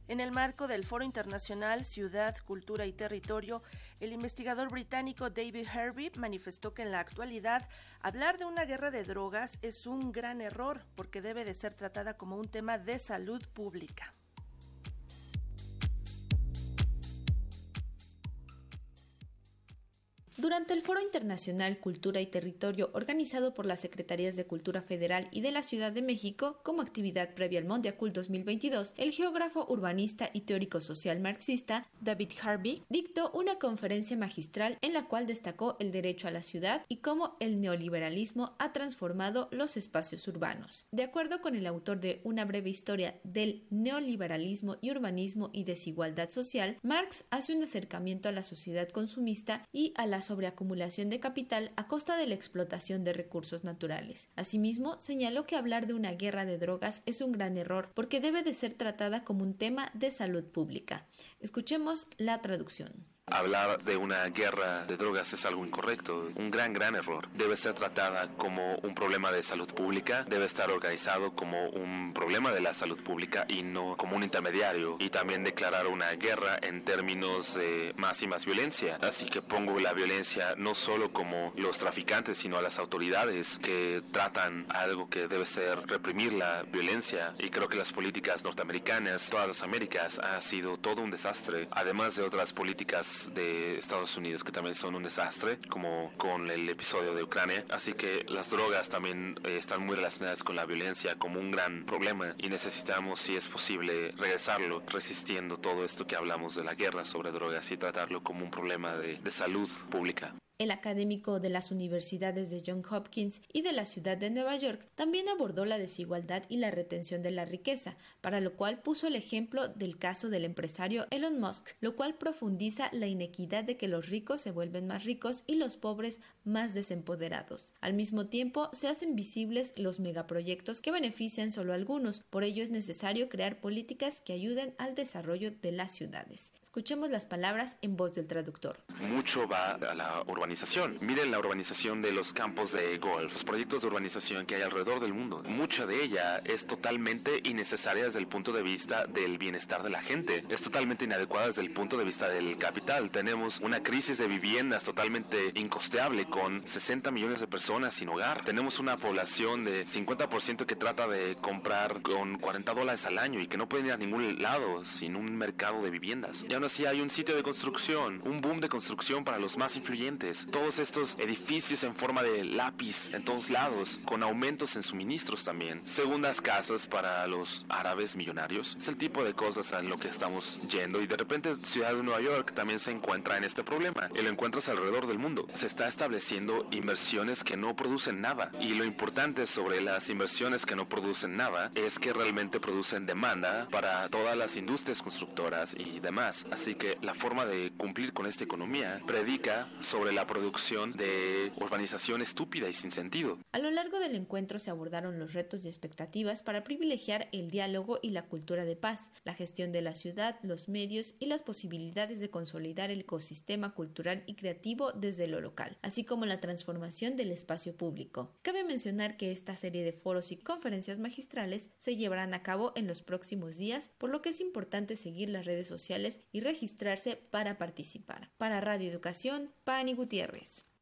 En el marco del Foro Internacional Ciudad, Cultura y Territorio, el investigador británico David Harvey manifestó que en la actualidad hablar de una guerra de drogas es un gran error porque debe de ser tratada como un tema de salud pública. Durante el Foro Internacional Cultura y Territorio organizado por las Secretarías de Cultura Federal y de la Ciudad de México como actividad previa al Mondiacult 2022, el geógrafo, urbanista y teórico social marxista David Harvey dictó una conferencia magistral en la cual destacó el derecho a la ciudad y cómo el neoliberalismo ha transformado los espacios urbanos. De acuerdo con el autor de Una breve historia del neoliberalismo y urbanismo y desigualdad social, Marx hace un acercamiento a la sociedad consumista y a la sobreacumulación de capital a costa de la explotación de recursos naturales. Asimismo, señaló que hablar de una guerra de drogas es un gran error porque debe de ser tratada como un tema de salud pública. Escuchemos la traducción. Hablar de una guerra de drogas es algo incorrecto, un gran error. Debe ser tratada como un problema de salud pública, debe estar organizado como un problema de la salud pública y no como un intermediario. Y también declarar una guerra en términos de más y más violencia. Así que pongo la violencia no solo como los traficantes, sino a las autoridades que tratan algo que debe ser reprimir la violencia. Y creo que las políticas norteamericanas, todas las Américas, ha sido todo un desastre. Además de otras políticas de Estados Unidos que también son un desastre, como con el episodio de Ucrania. Así que las drogas también están muy relacionadas con la violencia como un gran problema y necesitamos, si es posible, regresarlo resistiendo todo esto que hablamos de la guerra sobre drogas y tratarlo como un problema de salud pública. El académico de las universidades de Johns Hopkins y de la ciudad de Nueva York también abordó la desigualdad y la retención de la riqueza, para lo cual puso el ejemplo del caso del empresario Elon Musk, lo cual profundiza la inequidad de que los ricos se vuelven más ricos y los pobres más desempoderados. Al mismo tiempo, se hacen visibles los megaproyectos que benefician solo a algunos, por ello es necesario crear políticas que ayuden al desarrollo de las ciudades. Escuchemos las palabras en voz del traductor. Mucho va a la urbanización. Miren la urbanización de los campos de golf, los proyectos de urbanización que hay alrededor del mundo. Mucha de ella es totalmente innecesaria desde el punto de vista del bienestar de la gente. Es totalmente inadecuada desde el punto de vista del capital. Tenemos una crisis de viviendas totalmente incosteable con 60 millones de personas sin hogar. Tenemos una población de 50% que trata de comprar con $40 al año y que no pueden ir a ningún lado sin un mercado de viviendas. Y aún así hay un sitio de construcción, un boom de construcción para los más influyentes. Todos estos edificios en forma de lápiz en todos lados, con aumentos en suministros también. Segundas casas para los árabes millonarios. Es el tipo de cosas a lo que estamos yendo y de repente Ciudad de Nueva York también se encuentra en este problema. Y lo encuentras alrededor del mundo. Se está estableciendo inversiones que no producen nada. Y lo importante sobre las inversiones que no producen nada es que realmente producen demanda para todas las industrias constructoras y demás. Así que la forma de cumplir con esta economía predica sobre la producción de urbanización estúpida y sin sentido. A lo largo del encuentro se abordaron los retos y expectativas para privilegiar el diálogo y la cultura de paz, la gestión de la ciudad, los medios y las posibilidades de consolidar el ecosistema cultural y creativo desde lo local, así como la transformación del espacio público. Cabe mencionar que esta serie de foros y conferencias magistrales se llevarán a cabo en los próximos días, por lo que es importante seguir las redes sociales y registrarse para participar. Para Radio Educación, Pani Gutiérrez.